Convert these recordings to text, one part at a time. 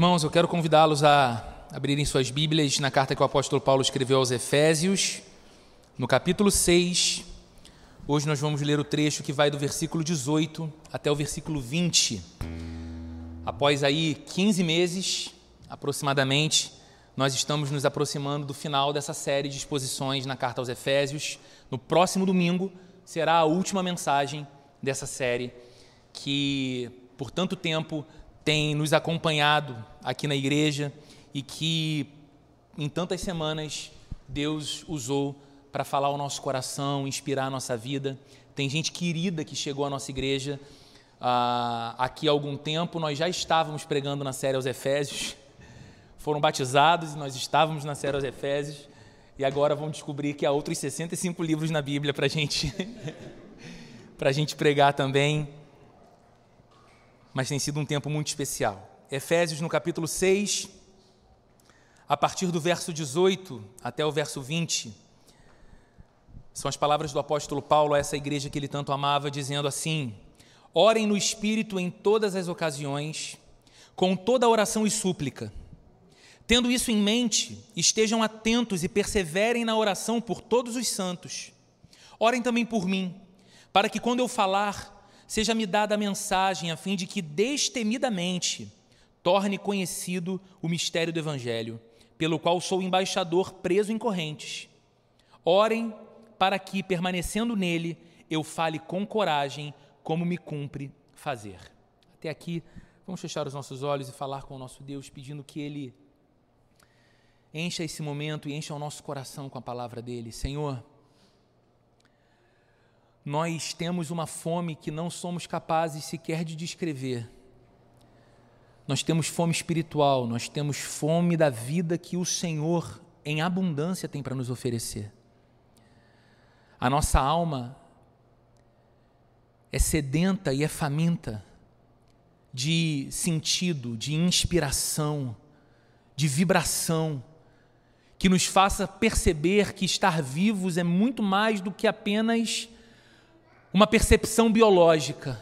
Irmãos, eu quero convidá-los a abrirem suas Bíblias na carta que o apóstolo Paulo escreveu aos Efésios, no capítulo 6. Hoje nós vamos ler o trecho que vai do versículo 18 até o versículo 20. Após aí 15 meses, aproximadamente, nós estamos nos aproximando do final dessa série de exposições na carta aos Efésios. No próximo domingo será a última mensagem dessa série que, por tanto tempo, tem nos acompanhado aqui na igreja e que, em tantas semanas, Deus usou para falar ao nosso coração, inspirar a nossa vida. Tem gente querida que chegou à nossa igreja aqui há algum tempo. Nós já estávamos pregando na série aos Efésios, foram batizados e nós estávamos na série aos Efésios, e agora vão descobrir que há outros 65 livros na Bíblia para a gente pregar também. Mas tem sido um tempo muito especial. Efésios, no capítulo 6, a partir do verso 18 até o verso 20, são as palavras do apóstolo Paulo a essa igreja que ele tanto amava, dizendo assim: orem no Espírito em todas as ocasiões, com toda oração e súplica. Tendo isso em mente, estejam atentos e perseverem na oração por todos os santos. Orem também por mim, para que quando eu falar, seja-me dada a mensagem, a fim de que destemidamente torne conhecido o mistério do Evangelho, pelo qual sou embaixador preso em correntes. Orem para que, permanecendo nele, eu fale com coragem, como me cumpre fazer. Até aqui, vamos fechar os nossos olhos e falar com o nosso Deus, pedindo que Ele encha esse momento e encha o nosso coração com a palavra dEle. Senhor, nós temos uma fome que não somos capazes sequer de descrever. Nós temos fome espiritual, nós temos fome da vida que o Senhor, em abundância, tem para nos oferecer. A nossa alma é sedenta e é faminta de sentido, de inspiração, de vibração, que nos faça perceber que estar vivos é muito mais do que apenas uma percepção biológica,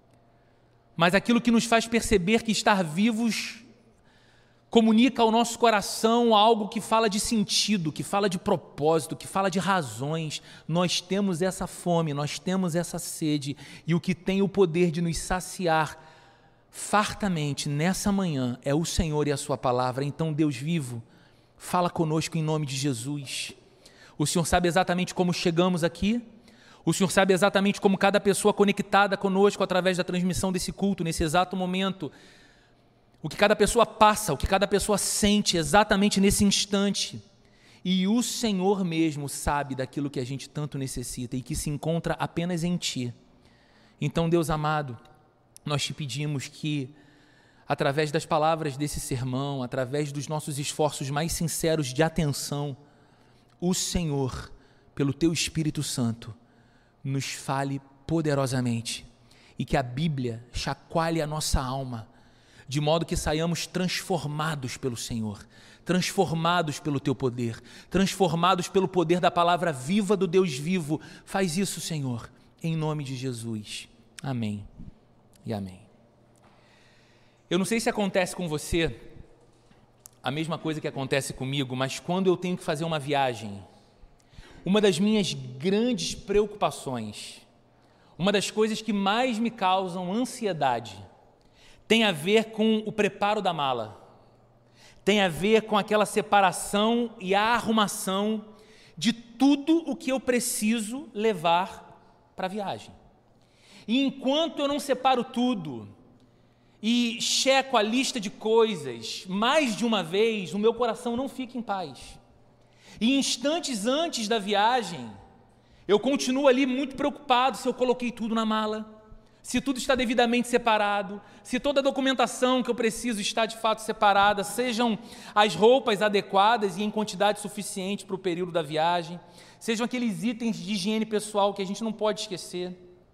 mas aquilo que nos faz perceber que estar vivos comunica ao nosso coração algo que fala de sentido, que fala de propósito, que fala de razões. Nós temos essa fome, nós temos essa sede, e o que tem o poder de nos saciar fartamente nessa manhã é o Senhor e a sua palavra. Então, Deus vivo, fala conosco em nome de Jesus. O Senhor sabe exatamente como chegamos aqui. O Senhor sabe exatamente como cada pessoa conectada conosco através da transmissão desse culto, nesse exato momento, o que cada pessoa passa, o que cada pessoa sente exatamente nesse instante. E o Senhor mesmo sabe daquilo que a gente tanto necessita e que se encontra apenas em Ti. Então, Deus amado, nós te pedimos que, através das palavras desse sermão, através dos nossos esforços mais sinceros de atenção, o Senhor, pelo Teu Espírito Santo, nos fale poderosamente e que a Bíblia chacoalhe a nossa alma, de modo que saiamos transformados pelo Senhor, transformados pelo Teu poder, transformados pelo poder da palavra viva do Deus vivo. Faz isso, Senhor, em nome de Jesus. Amém e amém. Eu não sei se acontece com você a mesma coisa que acontece comigo, mas quando eu tenho que fazer uma viagem, uma das minhas grandes preocupações, uma das coisas que mais me causam ansiedade, tem a ver com o preparo da mala, tem a ver com aquela separação e a arrumação de tudo o que eu preciso levar para a viagem. E enquanto eu não separo tudo e checo a lista de coisas mais de uma vez, o meu coração não fica em paz. E instantes antes da viagem, eu continuo ali muito preocupado se eu coloquei tudo na mala, se tudo está devidamente separado, se toda a documentação que eu preciso está de fato separada, sejam as roupas adequadas e em quantidade suficiente para o período da viagem, sejam aqueles itens de higiene pessoal que a gente não pode esquecer,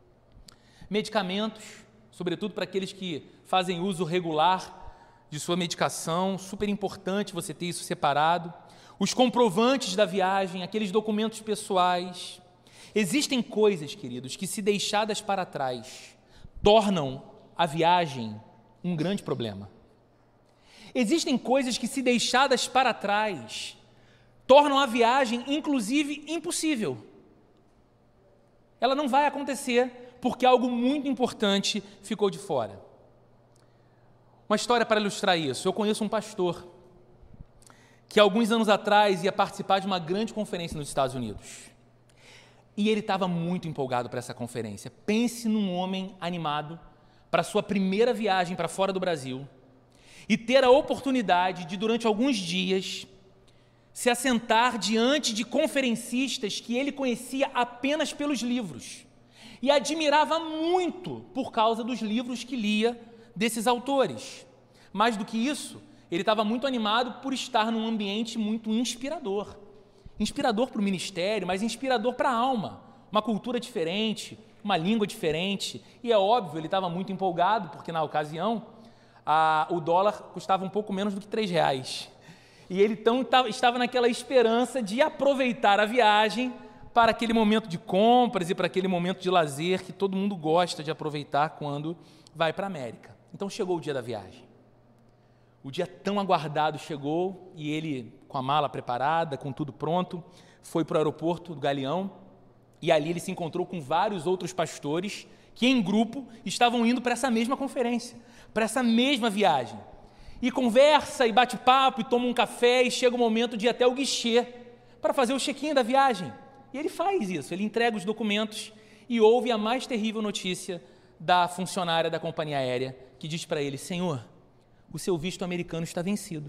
medicamentos, sobretudo para aqueles que fazem uso regular de sua medicação, super importante você ter isso separado, os comprovantes da viagem, aqueles documentos pessoais. Existem coisas, queridos, que, se deixadas para trás, tornam a viagem um grande problema. Existem coisas que, se deixadas para trás, tornam a viagem, inclusive, impossível. Ela não vai acontecer porque algo muito importante ficou de fora. Uma história para ilustrar isso. Eu conheço um pastor que alguns anos atrás ia participar de uma grande conferência nos Estados Unidos. E ele estava muito empolgado para essa conferência. Pense num homem animado para sua primeira viagem para fora do Brasil e ter a oportunidade de, durante alguns dias, se assentar diante de conferencistas que ele conhecia apenas pelos livros e admirava muito por causa dos livros que lia desses autores. Mais do que isso, ele estava muito animado por estar num ambiente muito inspirador. Inspirador para o ministério, mas inspirador para a alma. Uma cultura diferente, uma língua diferente. E é óbvio, ele estava muito empolgado, porque na ocasião o dólar custava um pouco menos do que R$3. E ele então estava naquela esperança de aproveitar a viagem para aquele momento de compras e para aquele momento de lazer que todo mundo gosta de aproveitar quando vai para a América. Então chegou o dia da viagem. O dia tão aguardado chegou e ele, com a mala preparada, com tudo pronto, foi para o aeroporto do Galeão e ali ele se encontrou com vários outros pastores que, em grupo, estavam indo para essa mesma conferência, para essa mesma viagem. E conversa, e bate papo, e toma um café, e chega o momento de ir até o guichê para fazer o check-in da viagem. E ele faz isso, ele entrega os documentos e ouve a mais terrível notícia da funcionária da companhia aérea, que diz para ele: Senhor, o seu visto americano está vencido.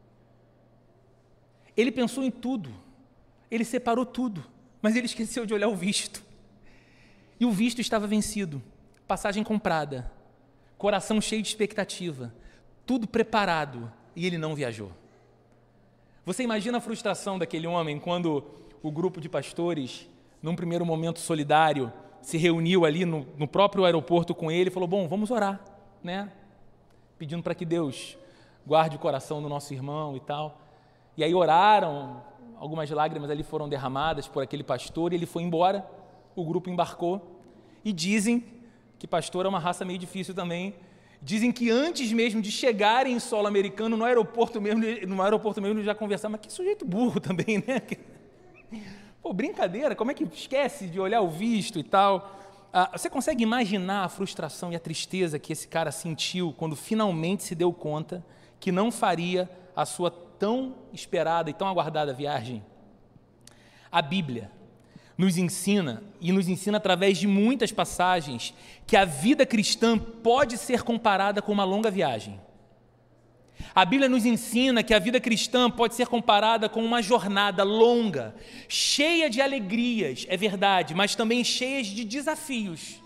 Ele pensou em tudo, ele separou tudo, mas ele esqueceu de olhar o visto. E o visto estava vencido, passagem comprada, coração cheio de expectativa, tudo preparado, e ele não viajou. Você imagina a frustração daquele homem quando o grupo de pastores, num primeiro momento solidário, se reuniu ali no próprio aeroporto com ele e falou: bom, vamos orar, né? Pedindo para que Deus guarde o coração do nosso irmão e tal. E aí oraram, algumas lágrimas ali foram derramadas por aquele pastor e ele foi embora, o grupo embarcou. E dizem que pastor é uma raça meio difícil também. Dizem que antes mesmo de chegarem em solo americano, no aeroporto mesmo já conversaram, mas que sujeito burro também, né? Pô, brincadeira, como é que esquece de olhar o visto e tal? Você consegue imaginar a frustração e a tristeza que esse cara sentiu quando finalmente se deu conta que não faria a sua tão esperada e tão aguardada viagem? A Bíblia nos ensina, e nos ensina através de muitas passagens, que a vida cristã pode ser comparada com uma longa viagem. A Bíblia nos ensina que a vida cristã pode ser comparada com uma jornada longa, cheia de alegrias, é verdade, mas também cheia de desafios.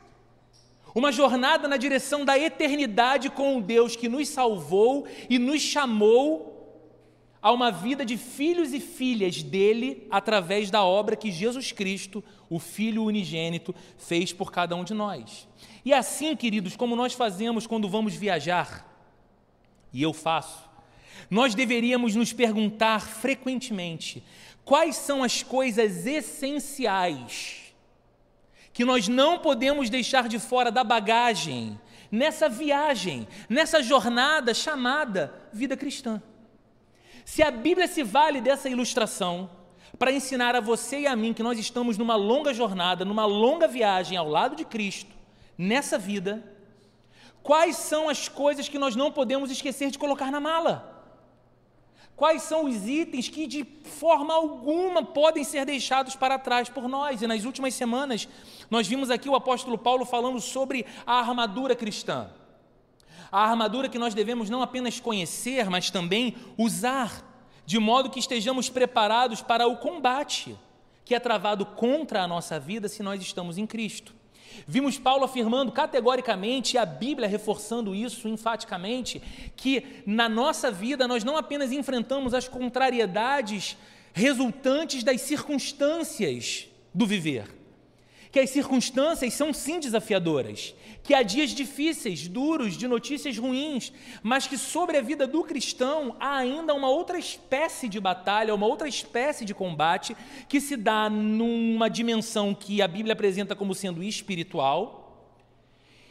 Uma jornada na direção da eternidade com o Deus que nos salvou e nos chamou a uma vida de filhos e filhas dele através da obra que Jesus Cristo, o Filho unigênito, fez por cada um de nós. E assim, queridos, como nós fazemos quando vamos viajar, e eu faço, nós deveríamos nos perguntar frequentemente quais são as coisas essenciais que nós não podemos deixar de fora da bagagem nessa viagem, nessa jornada chamada vida cristã. Se a Bíblia se vale dessa ilustração para ensinar a você e a mim que nós estamos numa longa jornada, numa longa viagem ao lado de Cristo, nessa vida, quais são as coisas que nós não podemos esquecer de colocar na mala? Quais são os itens que de forma alguma podem ser deixados para trás por nós? E nas últimas semanas nós vimos aqui o apóstolo Paulo falando sobre a armadura cristã. A armadura que nós devemos não apenas conhecer, mas também usar, de modo que estejamos preparados para o combate que é travado contra a nossa vida se nós estamos em Cristo. Vimos Paulo afirmando categoricamente, e a Bíblia reforçando isso enfaticamente, que na nossa vida nós não apenas enfrentamos as contrariedades resultantes das circunstâncias do viver, que as circunstâncias são sim desafiadoras, que há dias difíceis, duros, de notícias ruins, mas que sobre a vida do cristão há ainda uma outra espécie de batalha, uma outra espécie de combate que se dá numa dimensão que a Bíblia apresenta como sendo espiritual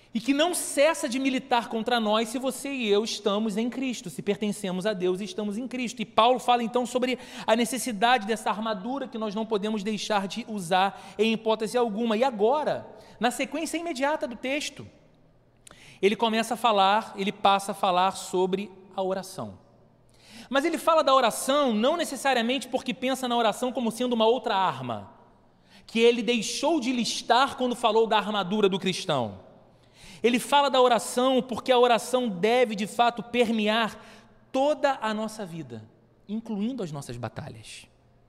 e que não cessa de militar contra nós se você e eu estamos em Cristo, se pertencemos a Deus e estamos em Cristo. E Paulo fala então sobre a necessidade dessa armadura que nós não podemos deixar de usar em hipótese alguma. E agora, na sequência imediata do texto, ele passa a falar sobre a oração. Mas ele fala da oração não necessariamente porque pensa na oração como sendo uma outra arma, que ele deixou de listar quando falou da armadura do cristão. Ele fala da oração porque a oração deve, de fato, permear toda a nossa vida, incluindo as nossas batalhas.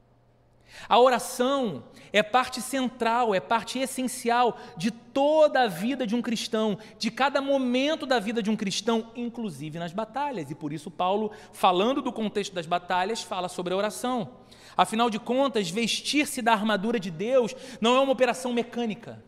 A oração é parte central, é parte essencial de toda a vida de um cristão, de cada momento da vida de um cristão, inclusive nas batalhas. E por isso Paulo, falando do contexto das batalhas, fala sobre a oração. Afinal de contas, vestir-se da armadura de Deus não é uma operação mecânica.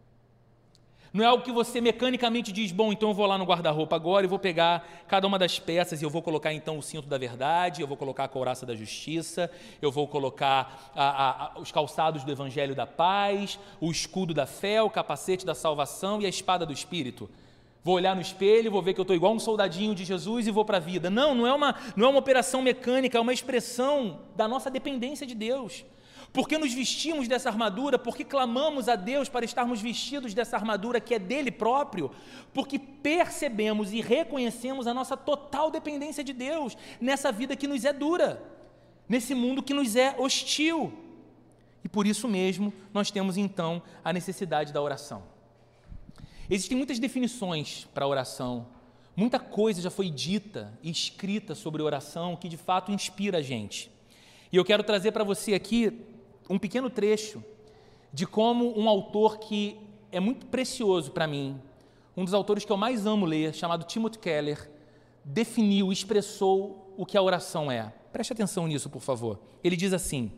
Não é algo que você mecanicamente diz, bom, então eu vou lá no guarda-roupa agora e vou pegar cada uma das peças e eu vou colocar então o cinto da verdade, eu vou colocar a couraça da justiça, eu vou colocar os calçados do evangelho da paz, o escudo da fé, o capacete da salvação e a espada do Espírito. Vou olhar no espelho, vou ver que eu estou igual um soldadinho de Jesus e vou para a vida. Não é uma operação mecânica, é uma expressão da nossa dependência de Deus. Porque nos vestimos dessa armadura, porque clamamos a Deus para estarmos vestidos dessa armadura que é dele próprio, porque percebemos e reconhecemos a nossa total dependência de Deus nessa vida que nos é dura, nesse mundo que nos é hostil. E por isso mesmo nós temos então a necessidade da oração. Existem muitas definições para a oração, muita coisa já foi dita e escrita sobre oração que de fato inspira a gente. E eu quero trazer para você aqui um pequeno trecho de como um autor que é muito precioso para mim, um dos autores que eu mais amo ler, chamado Timothy Keller, definiu, expressou o que a oração é. Preste atenção nisso, por favor. Ele diz assim: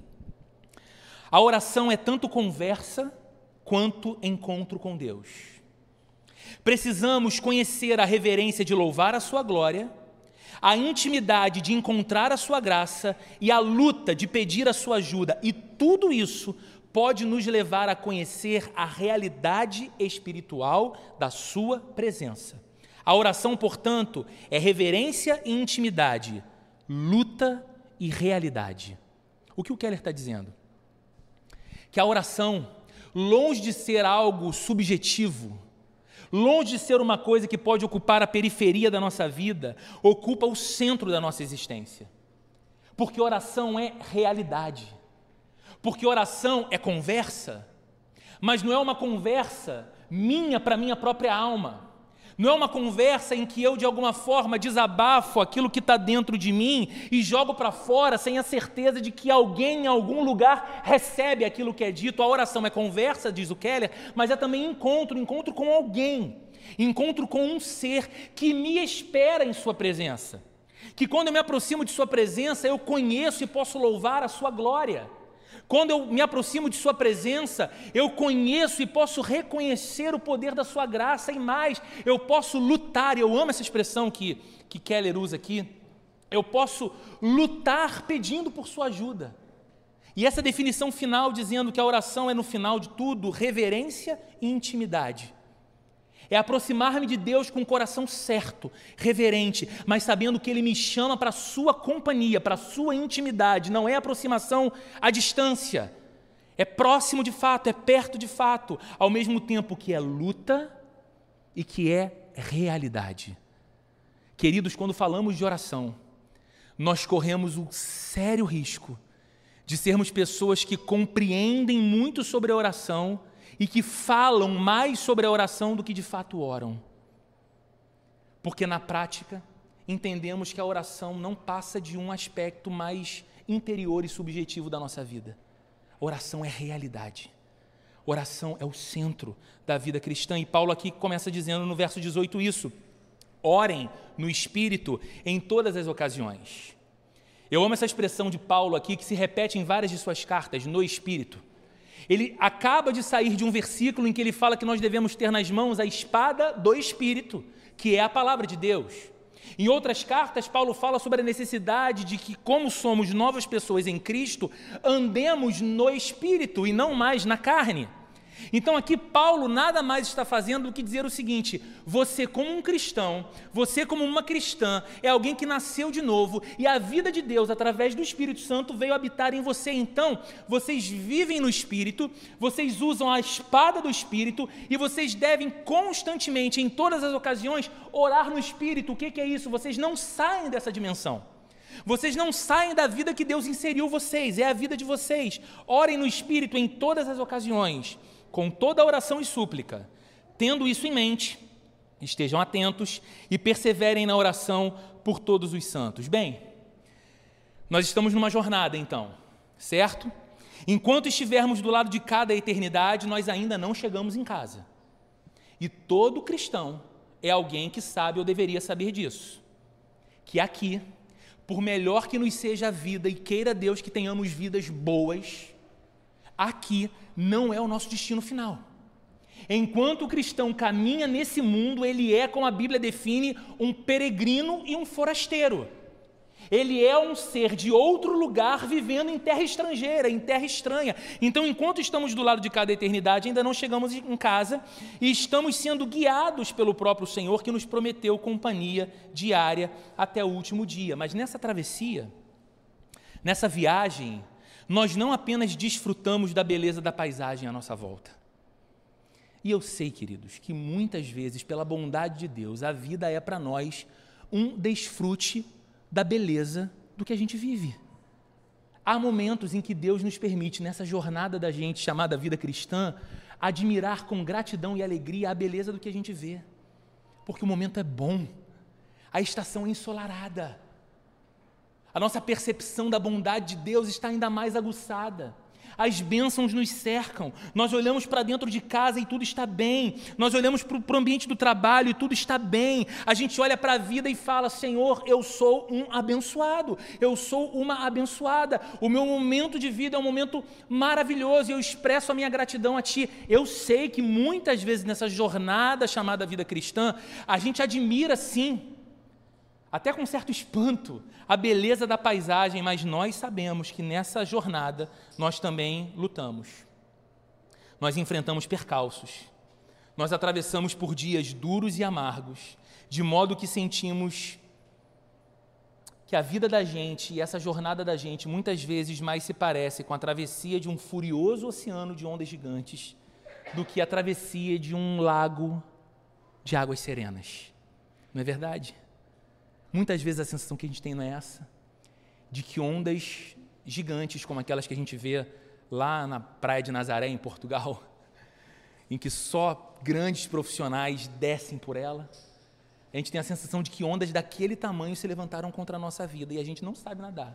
a oração é tanto conversa quanto encontro com Deus. Precisamos conhecer a reverência de louvar a sua glória, a intimidade de encontrar a sua graça e a luta de pedir a sua ajuda. E tudo isso pode nos levar a conhecer a realidade espiritual da sua presença. A oração, portanto, é reverência e intimidade, luta e realidade. O que o Keller está dizendo? Que a oração, longe de ser algo subjetivo, longe de ser uma coisa que pode ocupar a periferia da nossa vida, ocupa o centro da nossa existência. Porque oração é realidade. Porque oração é conversa, mas não é uma conversa minha para minha própria alma. Não é uma conversa em que eu, de alguma forma, desabafo aquilo que está dentro de mim e jogo para fora sem a certeza de que alguém em algum lugar recebe aquilo que é dito. A oração é conversa, diz o Keller, mas é também encontro com alguém, encontro com um ser que me espera em sua presença, que quando eu me aproximo de sua presença, eu conheço e posso louvar a sua glória. Quando eu me aproximo de sua presença, eu conheço e posso reconhecer o poder da sua graça e mais, eu posso lutar, eu amo essa expressão que Keller usa aqui, eu posso lutar pedindo por sua ajuda. E essa definição final dizendo que a oração é no final de tudo, reverência e intimidade. É aproximar-me de Deus com o coração certo, reverente, mas sabendo que Ele me chama para a sua companhia, para a sua intimidade. Não é aproximação à distância, é próximo de fato, é perto de fato, ao mesmo tempo que é luta e que é realidade. Queridos, quando falamos de oração, nós corremos um sério risco de sermos pessoas que compreendem muito sobre a oração e que falam mais sobre a oração do que de fato oram. Porque na prática, entendemos que a oração não passa de um aspecto mais interior e subjetivo da nossa vida. Oração é realidade. Oração é o centro da vida cristã. E Paulo aqui começa dizendo no verso 18 isso: orem no Espírito em todas as ocasiões. Eu amo essa expressão de Paulo aqui, que se repete em várias de suas cartas, no Espírito. Ele acaba de sair de um versículo em que ele fala que nós devemos ter nas mãos a espada do Espírito, que é a palavra de Deus. Em outras cartas, Paulo fala sobre a necessidade de que, como somos novas pessoas em Cristo, andemos no Espírito e não mais na carne. Então aqui Paulo nada mais está fazendo do que dizer o seguinte: você como um cristão, você como uma cristã, é alguém que nasceu de novo e a vida de Deus através do Espírito Santo veio habitar em você. Então vocês vivem no Espírito, vocês usam a espada do Espírito e vocês devem constantemente, em todas as ocasiões, orar no Espírito. O que é isso? Vocês não saem dessa dimensão. Vocês não saem da vida que Deus inseriu vocês, é a vida de vocês. Orem no Espírito em todas as ocasiões, com toda oração e súplica. Tendo isso em mente, estejam atentos e perseverem na oração por todos os santos. Bem, nós estamos numa jornada então, certo? Enquanto estivermos do lado de cá da eternidade, nós ainda não chegamos em casa. E todo cristão é alguém que sabe ou deveria saber disso. Que aqui, por melhor que nos seja a vida, e queira Deus que tenhamos vidas boas, aqui não é o nosso destino final. Enquanto o cristão caminha nesse mundo, ele é, como a Bíblia define, um peregrino e um forasteiro. Ele é um ser de outro lugar vivendo em terra estrangeira, em terra estranha. Então, enquanto estamos do lado de cá da eternidade, ainda não chegamos em casa e estamos sendo guiados pelo próprio Senhor, que nos prometeu companhia diária até o último dia. Mas nessa travessia, nessa viagem, nós não apenas desfrutamos da beleza da paisagem à nossa volta. E eu sei, queridos, que muitas vezes, pela bondade de Deus, a vida é para nós um desfrute da beleza do que a gente vive. Há momentos em que Deus nos permite, nessa jornada da gente chamada vida cristã, admirar com gratidão e alegria a beleza do que a gente vê. Porque o momento é bom, a estação é ensolarada, a nossa percepção da bondade de Deus está ainda mais aguçada. As bênçãos nos cercam, nós olhamos para dentro de casa e tudo está bem, nós olhamos para o ambiente do trabalho e tudo está bem, a gente olha para a vida e fala: Senhor, eu sou um abençoado, eu sou uma abençoada, o meu momento de vida é um momento maravilhoso e eu expresso a minha gratidão a Ti. Eu sei que muitas vezes nessa jornada chamada vida cristã, a gente admira sim, até com certo espanto, a beleza da paisagem, mas nós sabemos que nessa jornada nós também lutamos. Nós enfrentamos percalços, nós atravessamos por dias duros e amargos, de modo que sentimos que a vida da gente e essa jornada da gente muitas vezes mais se parece com a travessia de um furioso oceano de ondas gigantes do que a travessia de um lago de águas serenas. Não é verdade? Muitas vezes a sensação que a gente tem não é essa, de que ondas gigantes, como aquelas que a gente vê lá na praia de Nazaré, em Portugal, em que só grandes profissionais descem por ela, a gente tem a sensação de que ondas daquele tamanho se levantaram contra a nossa vida e a gente não sabe nadar.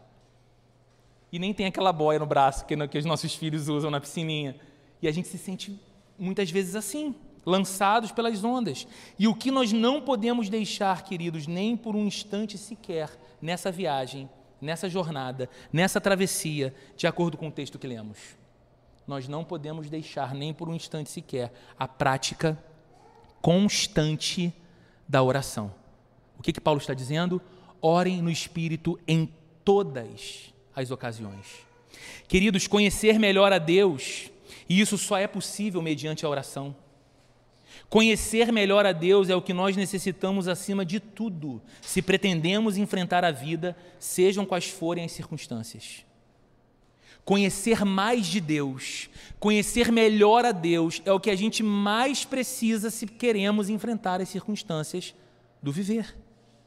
E nem tem aquela boia no braço que os nossos filhos usam na piscininha. E a gente se sente muitas vezes assim, lançados pelas ondas. E o que nós não podemos deixar, queridos, nem por um instante sequer, nessa viagem, nessa jornada, nessa travessia, de acordo com o texto que lemos, nós não podemos deixar nem por um instante sequer a prática constante da oração. O que Paulo está dizendo? Orem no Espírito em todas as ocasiões. Queridos, conhecer melhor a Deus, e isso só é possível mediante a oração. Conhecer melhor a Deus é o que nós necessitamos acima de tudo, se pretendemos enfrentar a vida, sejam quais forem as circunstâncias. Conhecer mais de Deus, conhecer melhor a Deus é o que a gente mais precisa se queremos enfrentar as circunstâncias do viver.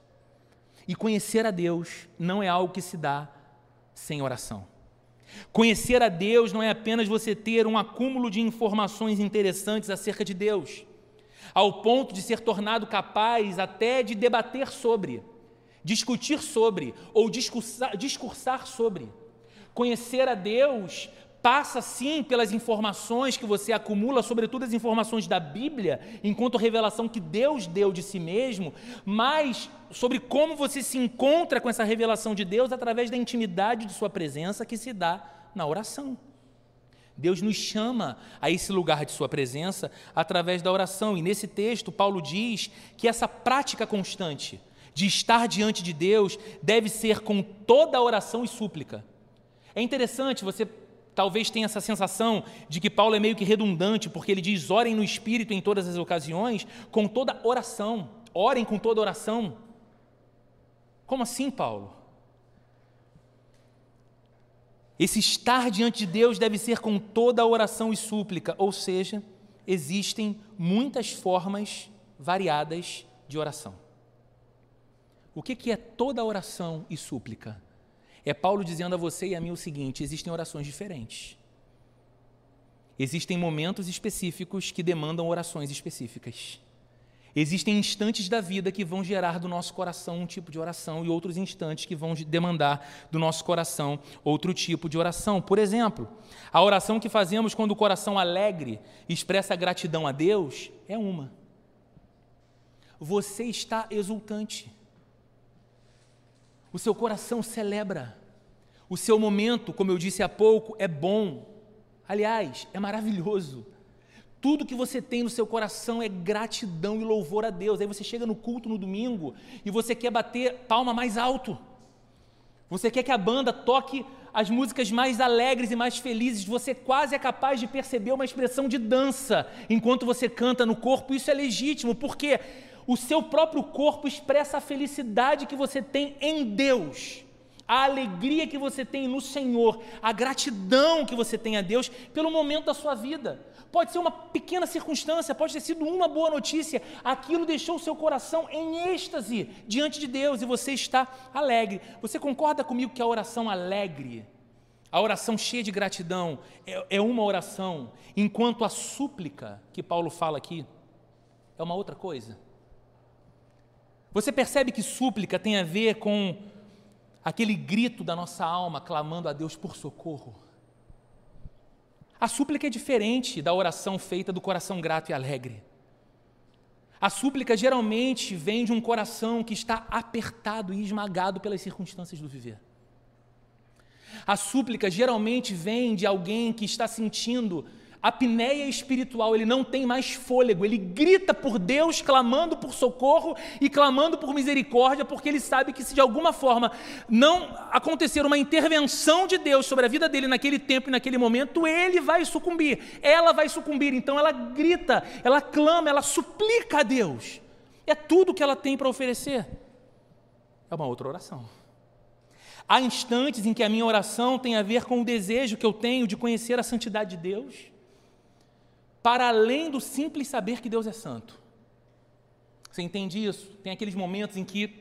E conhecer a Deus não é algo que se dá sem oração. Conhecer a Deus não é apenas você ter um acúmulo de informações interessantes acerca de Deus, ao ponto de ser tornado capaz até de debater sobre, discutir sobre ou discursar sobre. Conhecer a Deus passa sim pelas informações que você acumula, sobretudo as informações da Bíblia, enquanto revelação que Deus deu de si mesmo, mas sobre como você se encontra com essa revelação de Deus através da intimidade de sua presença que se dá na oração. Deus nos chama a esse lugar de sua presença através da oração, e nesse texto Paulo diz que essa prática constante de estar diante de Deus deve ser com toda a oração e súplica. É interessante, você talvez tenha essa sensação de que Paulo é meio que redundante, porque ele diz: orem no Espírito em todas as ocasiões, com toda oração. Orem com toda oração. Como assim, Paulo? Esse estar diante de Deus deve ser com toda oração e súplica, ou seja, existem muitas formas variadas de oração. O que é toda oração e súplica? É Paulo dizendo a você e a mim o seguinte: existem orações diferentes. Existem momentos específicos que demandam orações específicas. Existem instantes da vida que vão gerar do nosso coração um tipo de oração e outros instantes que vão demandar do nosso coração outro tipo de oração. Por exemplo, a oração que fazemos quando o coração alegre expressa gratidão a Deus é uma. Você está exultante. O seu coração celebra. O seu momento, como eu disse há pouco, é bom. Aliás, é maravilhoso. Tudo que você tem no seu coração é gratidão e louvor a Deus. Aí você chega no culto no domingo e você quer bater palma mais alto. Você quer que a banda toque as músicas mais alegres e mais felizes. Você quase é capaz de perceber uma expressão de dança enquanto você canta no corpo. Isso é legítimo, porque o seu próprio corpo expressa a felicidade que você tem em Deus, a alegria que você tem no Senhor, a gratidão que você tem a Deus pelo momento da sua vida. Pode ser uma pequena circunstância, pode ter sido uma boa notícia, aquilo deixou o seu coração em êxtase diante de Deus e você está alegre. Você concorda comigo que a oração alegre, a oração cheia de gratidão é uma oração, enquanto a súplica que Paulo fala aqui é uma outra coisa? Você percebe que súplica tem a ver com aquele grito da nossa alma clamando a Deus por socorro? A súplica é diferente da oração feita do coração grato e alegre. A súplica geralmente vem de um coração que está apertado e esmagado pelas circunstâncias do viver. A súplica geralmente vem de alguém que está sentindo apneia espiritual, ele não tem mais fôlego, ele grita por Deus, clamando por socorro e clamando por misericórdia, porque ele sabe que se de alguma forma não acontecer uma intervenção de Deus sobre a vida dele naquele tempo e naquele momento, ele vai sucumbir, ela vai sucumbir. Então ela grita, ela clama, ela suplica a Deus. É tudo que ela tem para oferecer. É uma outra oração. Há instantes em que a minha oração tem a ver com o desejo que eu tenho de conhecer a santidade de Deus, para além do simples saber que Deus é santo. Você entende isso? Tem aqueles momentos em que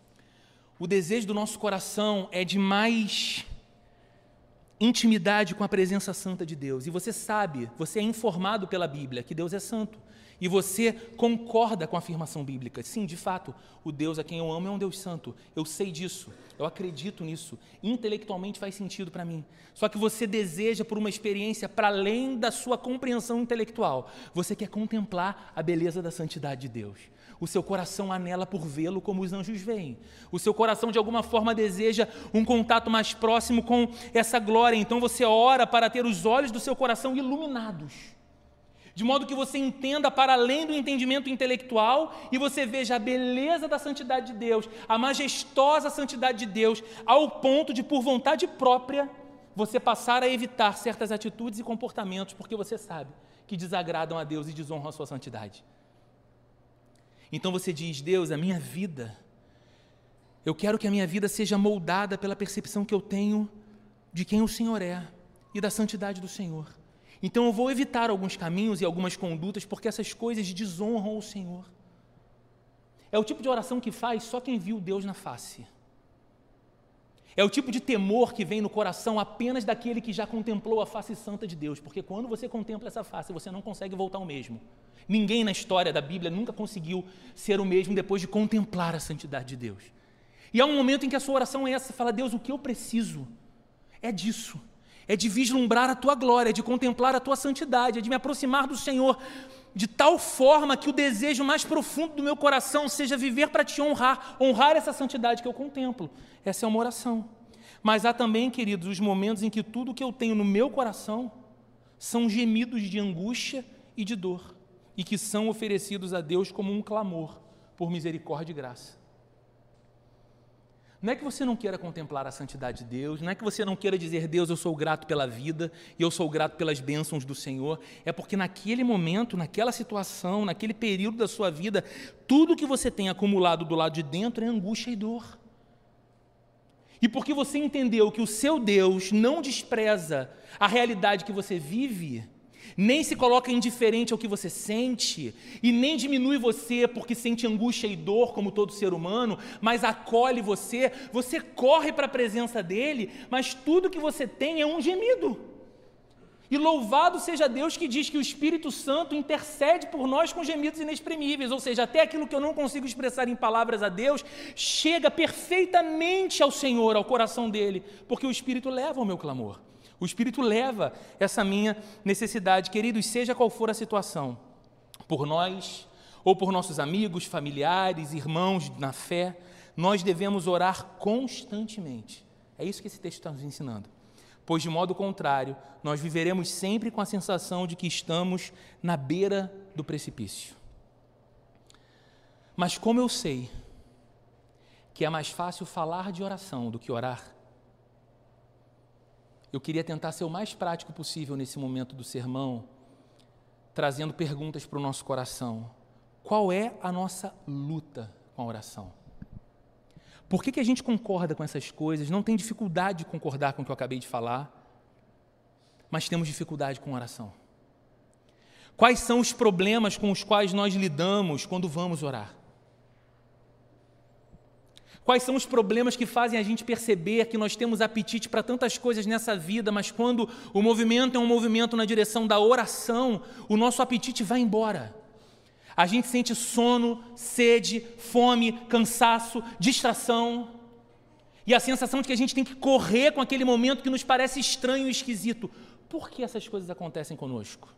o desejo do nosso coração é de mais intimidade com a presença santa de Deus. E você sabe, você é informado pela Bíblia que Deus é santo. E você concorda com a afirmação bíblica. Sim, de fato, o Deus a quem eu amo é um Deus santo. Eu sei disso, eu acredito nisso. Intelectualmente faz sentido para mim. Só que você deseja por uma experiência para além da sua compreensão intelectual. Você quer contemplar a beleza da santidade de Deus. O seu coração anela por vê-lo como os anjos veem. O seu coração, de alguma forma, deseja um contato mais próximo com essa glória. Então você ora para ter os olhos do seu coração iluminados, de modo que você entenda para além do entendimento intelectual e você veja a beleza da santidade de Deus, a majestosa santidade de Deus, ao ponto de, por vontade própria, você passar a evitar certas atitudes e comportamentos, porque você sabe que desagradam a Deus e desonram a sua santidade. Então você diz: Deus, a minha vida, eu quero que a minha vida seja moldada pela percepção que eu tenho de quem o Senhor é e da santidade do Senhor. Então eu vou evitar alguns caminhos e algumas condutas, porque essas coisas desonram o Senhor. É o tipo de oração que faz só quem viu Deus na face. É o tipo de temor que vem no coração apenas daquele que já contemplou a face santa de Deus, porque quando você contempla essa face, você não consegue voltar ao mesmo. Ninguém na história da Bíblia nunca conseguiu ser o mesmo depois de contemplar a santidade de Deus. E há um momento em que a sua oração é essa: você fala: Deus, o que eu preciso é disso. É de vislumbrar a Tua glória, é de contemplar a Tua santidade, é de me aproximar do Senhor de tal forma que o desejo mais profundo do meu coração seja viver para Te honrar, honrar essa santidade que eu contemplo. Essa é uma oração. Mas há também, queridos, os momentos em que tudo que eu tenho no meu coração são gemidos de angústia e de dor, e que são oferecidos a Deus como um clamor por misericórdia e graça. Não é que você não queira contemplar a santidade de Deus, não é que você não queira dizer, Deus, eu sou grato pela vida e eu sou grato pelas bênçãos do Senhor, é porque naquele momento, naquela situação, naquele período da sua vida, tudo que você tem acumulado do lado de dentro é angústia e dor. E porque você entendeu que o seu Deus não despreza a realidade que você vive, nem se coloca indiferente ao que você sente, e nem diminui você porque sente angústia e dor como todo ser humano, mas acolhe você, você corre para a presença dele, mas tudo que você tem é um gemido. E louvado seja Deus que diz que o Espírito Santo intercede por nós com gemidos inexprimíveis, ou seja, até aquilo que eu não consigo expressar em palavras a Deus, chega perfeitamente ao Senhor, ao coração dele, porque o Espírito leva o meu clamor. O Espírito leva essa minha necessidade. Queridos, seja qual for a situação, por nós ou por nossos amigos, familiares, irmãos na fé, nós devemos orar constantemente. É isso que esse texto está nos ensinando. Pois, de modo contrário, nós viveremos sempre com a sensação de que estamos na beira do precipício. Mas como eu sei que é mais fácil falar de oração do que orar, eu queria tentar ser o mais prático possível nesse momento do sermão, trazendo perguntas para o nosso coração. Qual é a nossa luta com a oração? Por que a gente concorda com essas coisas, não tem dificuldade de concordar com o que eu acabei de falar, mas temos dificuldade com a oração? Quais são os problemas com os quais nós lidamos quando vamos orar? Quais são os problemas que fazem a gente perceber que nós temos apetite para tantas coisas nessa vida, mas quando o movimento é um movimento na direção da oração, o nosso apetite vai embora. A gente sente sono, sede, fome, cansaço, distração, e a sensação de que a gente tem que correr com aquele momento que nos parece estranho e esquisito. Por que essas coisas acontecem conosco?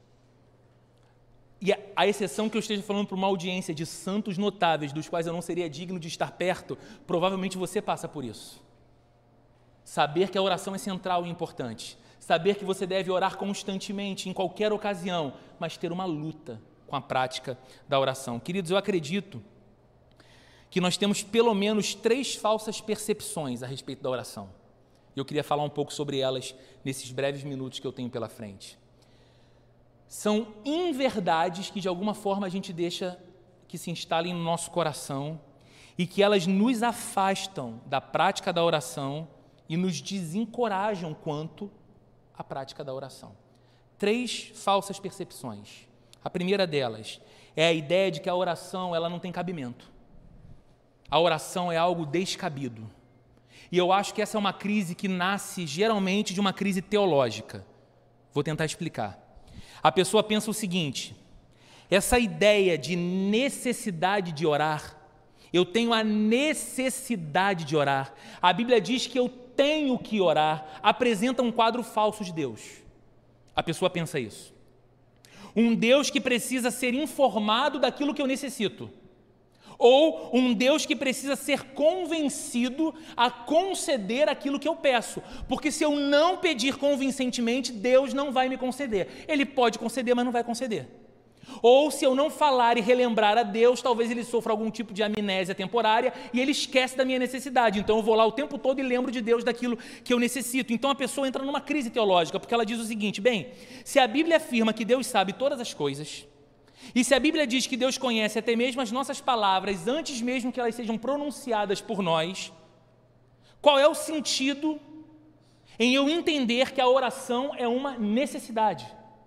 E a exceção que eu esteja falando para uma audiência de santos notáveis, dos quais eu não seria digno de estar perto, provavelmente você passa por isso. Saber que a oração é central e importante. Saber que você deve orar constantemente, em qualquer ocasião, mas ter uma luta com a prática da oração. Queridos, eu acredito que nós temos pelo menos 3 falsas percepções a respeito da oração. Eu queria falar um pouco sobre elas nesses breves minutos que eu tenho pela frente. São inverdades que de alguma forma a gente deixa que se instalem no nosso coração e que elas nos afastam da prática da oração e nos desencorajam quanto à prática da oração. 3 falsas percepções. A primeira delas é a ideia de que a oração ela não tem cabimento. A oração é algo descabido. E eu acho que essa é uma crise que nasce geralmente de uma crise teológica. Vou tentar explicar. A pessoa pensa o seguinte: essa ideia de necessidade de orar, eu tenho a necessidade de orar, a Bíblia diz que eu tenho que orar, apresenta um quadro falso de Deus. A pessoa pensa isso. Um Deus que precisa ser informado daquilo que eu necessito. Ou um Deus que precisa ser convencido a conceder aquilo que eu peço. Porque se eu não pedir convincentemente, Deus não vai me conceder. Ele pode conceder, mas não vai conceder. Ou se eu não falar e relembrar a Deus, talvez ele sofra algum tipo de amnésia temporária e ele esquece da minha necessidade. Então eu vou lá o tempo todo e lembro de Deus daquilo que eu necessito. Então a pessoa entra numa crise teológica, porque ela diz o seguinte: bem, se a Bíblia afirma que Deus sabe todas as coisas, e se a Bíblia diz que Deus conhece até mesmo as nossas palavras antes mesmo que elas sejam pronunciadas por nós, qual é o sentido em eu entender que a oração é uma necessidade?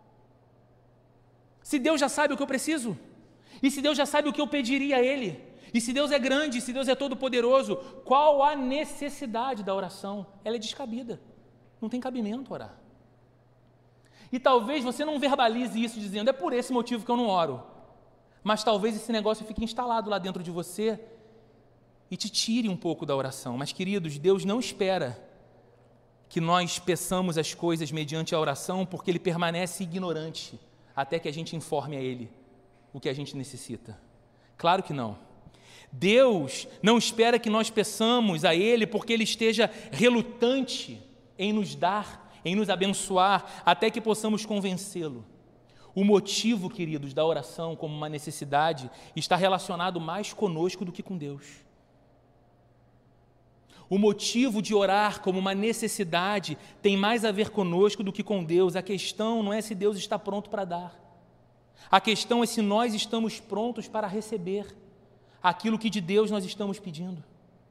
Se Deus já sabe o que eu preciso, e se Deus já sabe o que eu pediria a Ele, e se Deus é grande, se Deus é todo-poderoso, qual a necessidade da oração? Ela é descabida, não tem cabimento orar. E talvez você não verbalize isso dizendo, é por esse motivo que eu não oro. Mas talvez esse negócio fique instalado lá dentro de você e te tire um pouco da oração. Mas, queridos, Deus não espera que nós peçamos as coisas mediante a oração, porque Ele permanece ignorante até que a gente informe a Ele o que a gente necessita. Claro que não. Deus não espera que nós peçamos a Ele porque Ele esteja relutante em nos dar, em nos abençoar, até que possamos convencê-lo. O motivo, queridos, da oração como uma necessidade está relacionado mais conosco do que com Deus. O motivo de orar como uma necessidade tem mais a ver conosco do que com Deus. A questão não é se Deus está pronto para dar. A questão é se nós estamos prontos para receber aquilo que de Deus nós estamos pedindo.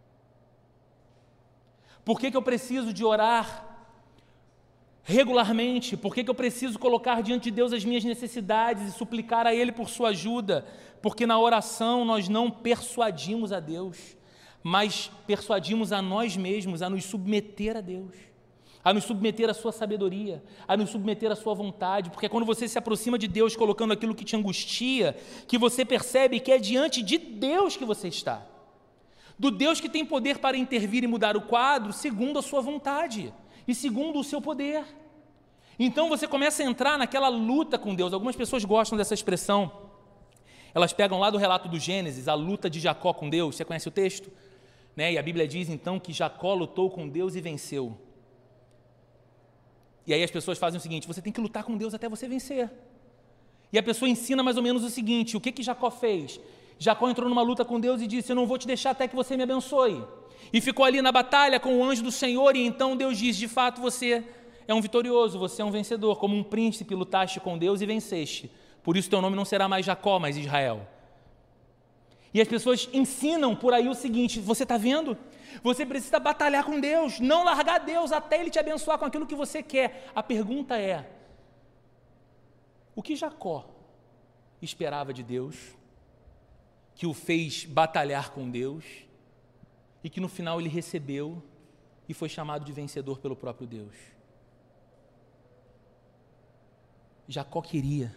Por que eu preciso de orar regularmente? Por que eu preciso colocar diante de Deus as minhas necessidades e suplicar a Ele por sua ajuda? Porque na oração nós não persuadimos a Deus, mas persuadimos a nós mesmos a nos submeter a Deus, a nos submeter à sua sabedoria, a nos submeter à sua vontade, porque é quando você se aproxima de Deus colocando aquilo que te angustia, que você percebe que é diante de Deus que você está, do Deus que tem poder para intervir e mudar o quadro segundo a sua vontade e segundo o seu poder. Então você começa a entrar naquela luta com Deus. Algumas pessoas gostam dessa expressão, elas pegam lá do relato do Gênesis, a luta de Jacó com Deus. Você conhece o texto? E a Bíblia diz então que Jacó lutou com Deus e venceu. E aí as pessoas fazem o seguinte: você tem que lutar com Deus até você vencer. E a pessoa ensina mais ou menos o seguinte: o que Jacó fez? Jacó entrou numa luta com Deus e disse: eu não vou te deixar até que você me abençoe. E ficou ali na batalha com o anjo do Senhor, e então Deus diz: de fato você é um vitorioso, você é um vencedor, como um príncipe lutaste com Deus e venceste. Por isso teu nome não será mais Jacó, mas Israel. E as pessoas ensinam por aí o seguinte: você está vendo? Você precisa batalhar com Deus, não largar Deus até Ele te abençoar com aquilo que você quer. A pergunta é: o que Jacó esperava de Deus, que o fez batalhar com Deus, e que no final ele recebeu e foi chamado de vencedor pelo próprio Deus? Jacó queria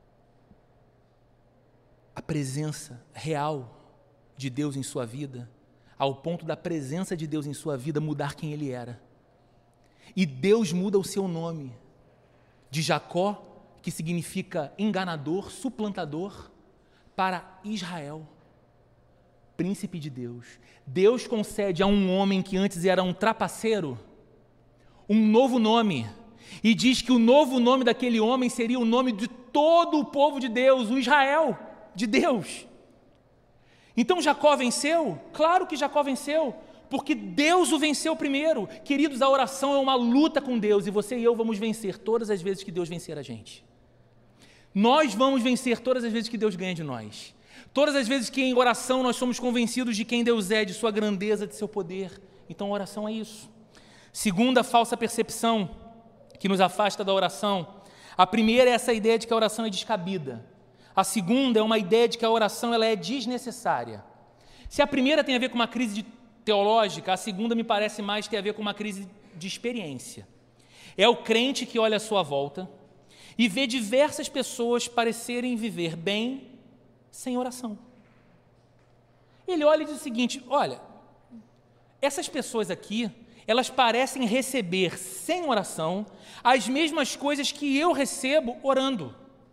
a presença real de Deus em sua vida, ao ponto da presença de Deus em sua vida mudar quem ele era. E Deus muda o seu nome de Jacó, que significa enganador, suplantador, para Israel, príncipe de Deus. Deus concede a um homem que antes era um trapaceiro um novo nome, e diz que o novo nome daquele homem seria o nome de todo o povo de Deus, o Israel de Deus. Então Jacó venceu? Claro que Jacó venceu, porque Deus o venceu primeiro. Queridos, a oração é uma luta com Deus, e você e eu vamos vencer todas as vezes que Deus vencer a gente. Nós vamos vencer todas as vezes que Deus ganha de nós. Todas as vezes que em oração nós somos convencidos de quem Deus é, de sua grandeza, de seu poder. Então a oração é isso. Segunda falsa percepção que nos afasta da oração. A primeira é essa ideia de que a oração é descabida. A segunda é uma ideia de que a oração ela é desnecessária. Se a primeira tem a ver com uma crise teológica, a segunda me parece mais ter a ver com uma crise de experiência. É o crente que olha à sua volta e vê diversas pessoas parecerem viver bem sem oração. Ele olha e diz o seguinte: olha, essas pessoas aqui, elas parecem receber sem oração as mesmas coisas que eu recebo orando.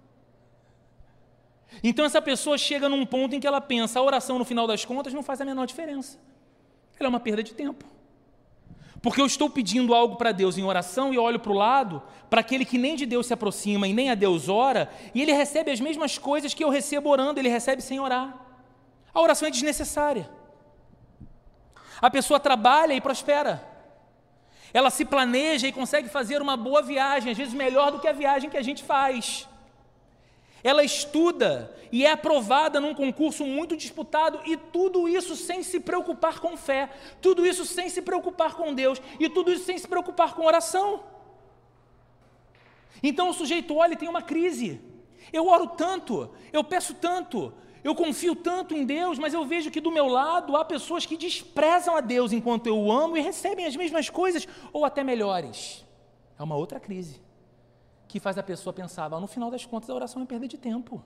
Então essa pessoa chega num ponto em que ela pensa: a oração no final das contas não faz a menor diferença. Ela é uma perda de tempo. Porque eu estou pedindo algo para Deus em oração e eu olho para o lado, para aquele que nem de Deus se aproxima e nem a Deus ora, e ele recebe as mesmas coisas que eu recebo orando, ele recebe sem orar. A oração é desnecessária. A pessoa trabalha e prospera. Ela se planeja e consegue fazer uma boa viagem, às vezes melhor do que a viagem que a gente faz. Ela estuda e é aprovada num concurso muito disputado, e tudo isso sem se preocupar com fé, tudo isso sem se preocupar com Deus, e tudo isso sem se preocupar com oração. Então o sujeito olha e tem uma crise. Eu oro tanto, eu peço tanto, eu confio tanto em Deus, mas eu vejo que do meu lado há pessoas que desprezam a Deus enquanto eu o amo e recebem as mesmas coisas, ou até melhores. É uma outra crise que faz a pessoa pensar: no final das contas a oração é perda de tempo.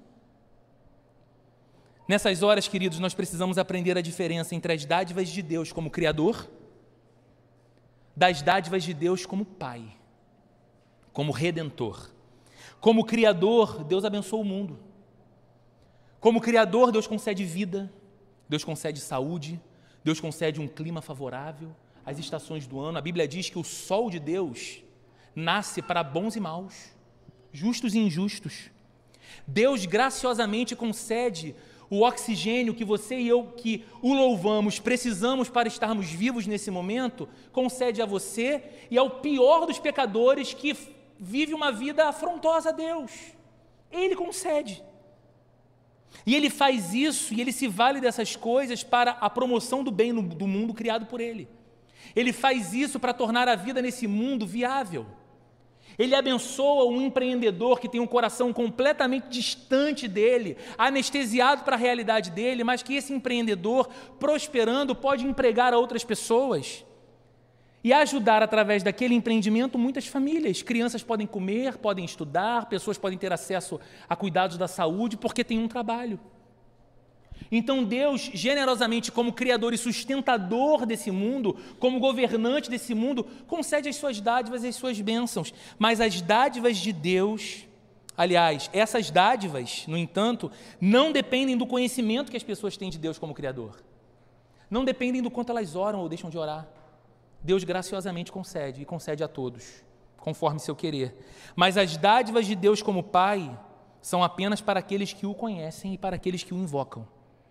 Nessas horas, queridos, nós precisamos aprender a diferença entre as dádivas de Deus como Criador, das dádivas de Deus como Pai, como Redentor. Como Criador, Deus abençoa o mundo. Como Criador, Deus concede vida, Deus concede saúde, Deus concede um clima favorável, as estações do ano. A Bíblia diz que o sol de Deus nasce para bons e maus, justos e injustos. Deus graciosamente concede o oxigênio que você e eu, que o louvamos, precisamos para estarmos vivos nesse momento, concede a você e ao pior dos pecadores que vive uma vida afrontosa a Deus. Ele concede. E Ele faz isso, e Ele se vale dessas coisas para a promoção do bem do mundo criado por Ele. Ele faz isso para tornar a vida nesse mundo viável. Ele abençoa um empreendedor que tem um coração completamente distante dele, anestesiado para a realidade dele, mas que esse empreendedor, prosperando, pode empregar a outras pessoas e ajudar através daquele empreendimento muitas famílias. Crianças podem comer, podem estudar, pessoas podem ter acesso a cuidados da saúde porque tem um trabalho. Então Deus, generosamente, como criador e sustentador desse mundo, como governante desse mundo, concede as suas dádivas e as suas bênçãos. Mas as dádivas de Deus, aliás, essas dádivas, no entanto, não dependem do conhecimento que as pessoas têm de Deus como criador. Não dependem do quanto elas oram ou deixam de orar. Deus graciosamente concede, e concede a todos, conforme seu querer. Mas as dádivas de Deus como Pai são apenas para aqueles que o conhecem e para aqueles que o invocam.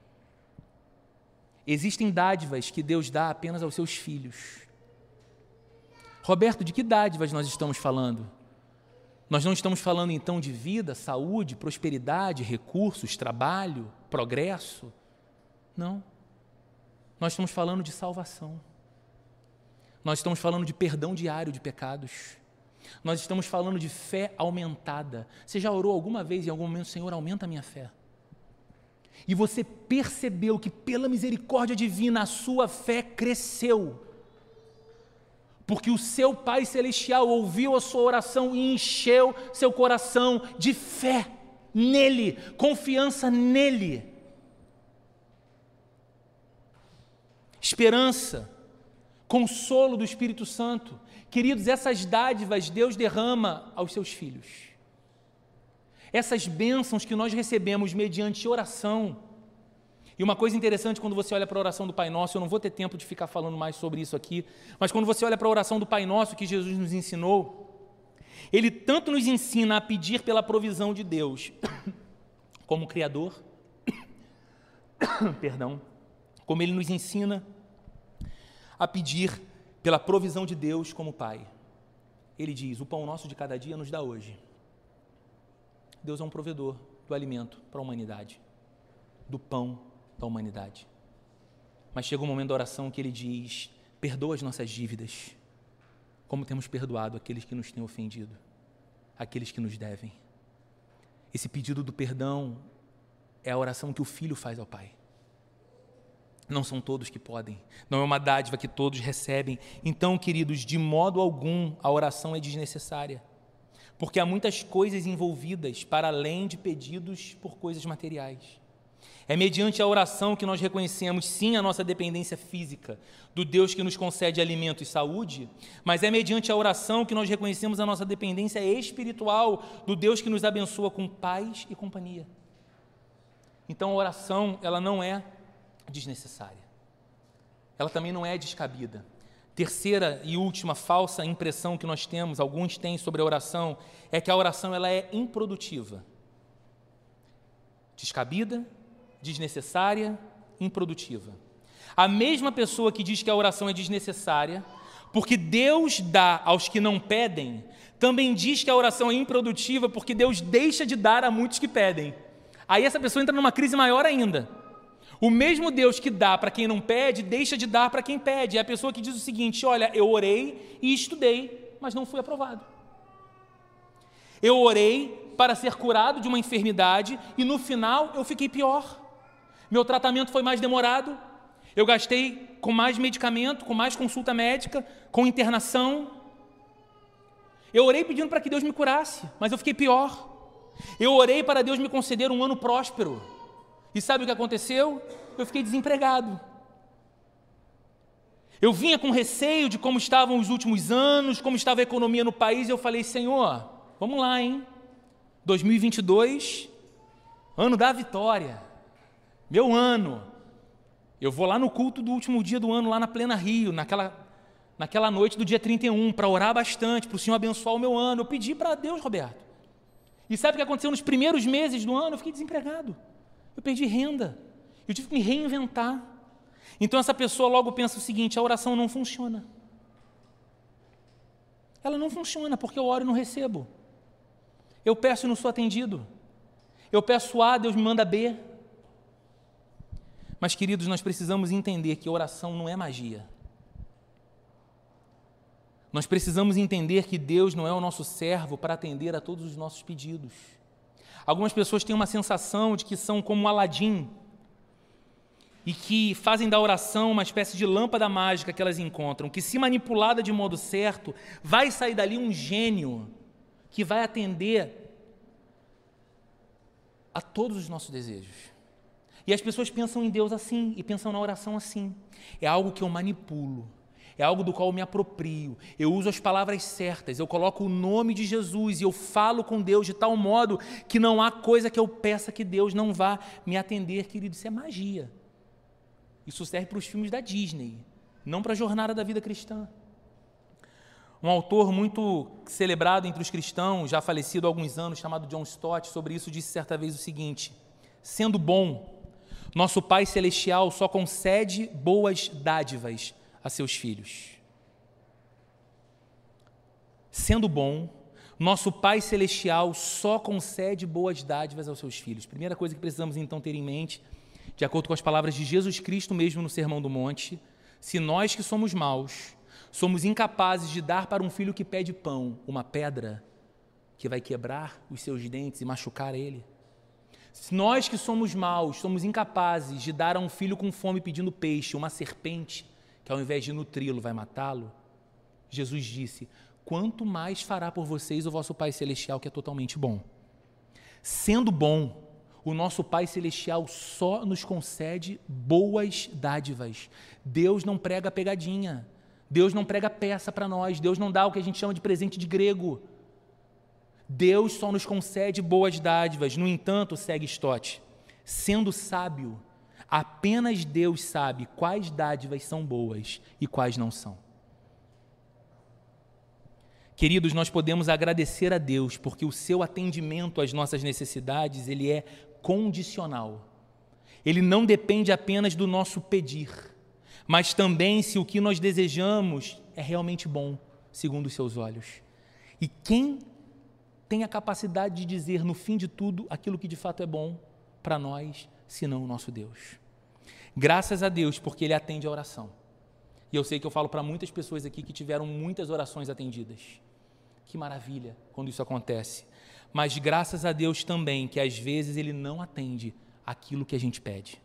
Existem dádivas que Deus dá apenas aos seus filhos. Roberto, de que dádivas nós estamos falando? Nós não estamos falando então de vida, saúde, prosperidade, recursos, trabalho, progresso? Não. Nós estamos falando de salvação. Nós estamos falando de perdão diário de pecados. Nós estamos falando de fé aumentada. Você já orou alguma vez em algum momento, Senhor, aumenta a minha fé? E você percebeu que pela misericórdia divina a sua fé cresceu, porque o seu Pai Celestial ouviu a sua oração e encheu seu coração de fé nele, confiança nele, esperança, consolo do Espírito Santo. Queridos, essas dádivas Deus derrama aos seus filhos. Essas bênçãos que nós recebemos mediante oração. E uma coisa interessante quando você olha para a oração do Pai Nosso, eu não vou ter tempo de ficar falando mais sobre isso aqui, mas quando você olha para a oração do Pai Nosso que Jesus nos ensinou, Ele tanto nos ensina a pedir pela provisão de Deus, como Criador, perdão, como Ele nos ensina a pedir pela provisão de Deus como Pai. Ele diz, o pão nosso de cada dia nos dá hoje. Deus é um provedor do alimento para a humanidade, do pão da humanidade. Mas chega um momento da oração que Ele diz, perdoa as nossas dívidas, como temos perdoado aqueles que nos têm ofendido, aqueles que nos devem. Esse pedido do perdão é a oração que o Filho faz ao Pai. Não são todos que podem, não é uma dádiva que todos recebem. Então, queridos, de modo algum a oração é desnecessária, porque há muitas coisas envolvidas para além de pedidos por coisas materiais. É mediante a oração que nós reconhecemos, sim, a nossa dependência física do Deus que nos concede alimento e saúde, mas é mediante a oração que nós reconhecemos a nossa dependência espiritual do Deus que nos abençoa com paz e companhia. Então, a oração, ela não é desnecessária. Ela também não é descabida. Terceira e última falsa impressão que nós temos, alguns têm sobre a oração, é que a oração ela é improdutiva. Descabida, desnecessária, improdutiva. A mesma pessoa que diz que a oração é desnecessária, porque Deus dá aos que não pedem, também diz que a oração é improdutiva porque Deus deixa de dar a muitos que pedem. Aí essa pessoa entra numa crise maior ainda. O mesmo Deus que dá para quem não pede, deixa de dar para quem pede. É a pessoa que diz o seguinte, olha, eu orei e estudei, mas não fui aprovado. Eu orei para ser curado de uma enfermidade e no final eu fiquei pior. Meu tratamento foi mais demorado, eu gastei com mais medicamento, com mais consulta médica, com internação. Eu orei pedindo para que Deus me curasse, mas eu fiquei pior. Eu orei para Deus me conceder um ano próspero. E sabe o que aconteceu? Eu fiquei desempregado. Eu vinha com receio de como estavam os últimos anos, como estava a economia no país, e eu falei, Senhor, vamos lá, hein? 2022, ano da vitória, meu ano. Eu vou lá no culto do último dia do ano, lá na Plena Rio, naquela noite do dia 31, para orar bastante, para o Senhor abençoar o meu ano. Eu pedi para Deus, Roberto. E sabe o que aconteceu nos primeiros meses do ano? Eu fiquei desempregado. Eu perdi renda. Eu tive que me reinventar. Então essa pessoa logo pensa o seguinte: a oração não funciona. Ela não funciona porque eu oro e não recebo. Eu peço e não sou atendido. Eu peço A, Deus me manda B. Mas, queridos, nós precisamos entender que oração não é magia. Nós precisamos entender que Deus não é o nosso servo para atender a todos os nossos pedidos. Algumas pessoas têm uma sensação de que são como Aladim e que fazem da oração uma espécie de lâmpada mágica que elas encontram, que, se manipulada de modo certo, vai sair dali um gênio que vai atender a todos os nossos desejos. E as pessoas pensam em Deus assim, e pensam na oração assim. É algo que eu manipulo, é algo do qual eu me aproprio, eu uso as palavras certas, eu coloco o nome de Jesus e eu falo com Deus de tal modo que não há coisa que eu peça que Deus não vá me atender, querido. Isso é magia. Isso serve para os filmes da Disney, não para a jornada da vida cristã. Um autor muito celebrado entre os cristãos, já falecido há alguns anos, chamado John Stott, sobre isso disse certa vez o seguinte: sendo bom, nosso Pai Celestial só concede boas dádivas a seus filhos. Sendo bom, nosso Pai Celestial só concede boas dádivas aos seus filhos. Primeira coisa que precisamos então ter em mente, de acordo com as palavras de Jesus Cristo mesmo no Sermão do Monte: se nós que somos maus, somos incapazes de dar para um filho que pede pão uma pedra que vai quebrar os seus dentes e machucar ele, se nós que somos maus, somos incapazes de dar a um filho com fome pedindo peixe uma serpente que, ao invés de nutri-lo, vai matá-lo, Jesus disse: quanto mais fará por vocês o vosso Pai Celestial, que é totalmente bom. Sendo bom, o nosso Pai Celestial só nos concede boas dádivas. Deus não prega pegadinha, Deus não prega peça para nós, Deus não dá o que a gente chama de presente de grego. Deus só nos concede boas dádivas. No entanto, segue Stott, sendo sábio, apenas Deus sabe quais dádivas são boas e quais não são. Queridos, nós podemos agradecer a Deus porque o seu atendimento às nossas necessidades, ele é condicional. Ele não depende apenas do nosso pedir, mas também se o que nós desejamos é realmente bom, segundo os seus olhos. E quem tem a capacidade de dizer no fim de tudo aquilo que de fato é bom para nós, senão o nosso Deus? Graças a Deus, porque Ele atende a oração. E eu sei que eu falo para muitas pessoas aqui que tiveram muitas orações atendidas. Que maravilha quando isso acontece. Mas graças a Deus também que às vezes Ele não atende aquilo que a gente pede,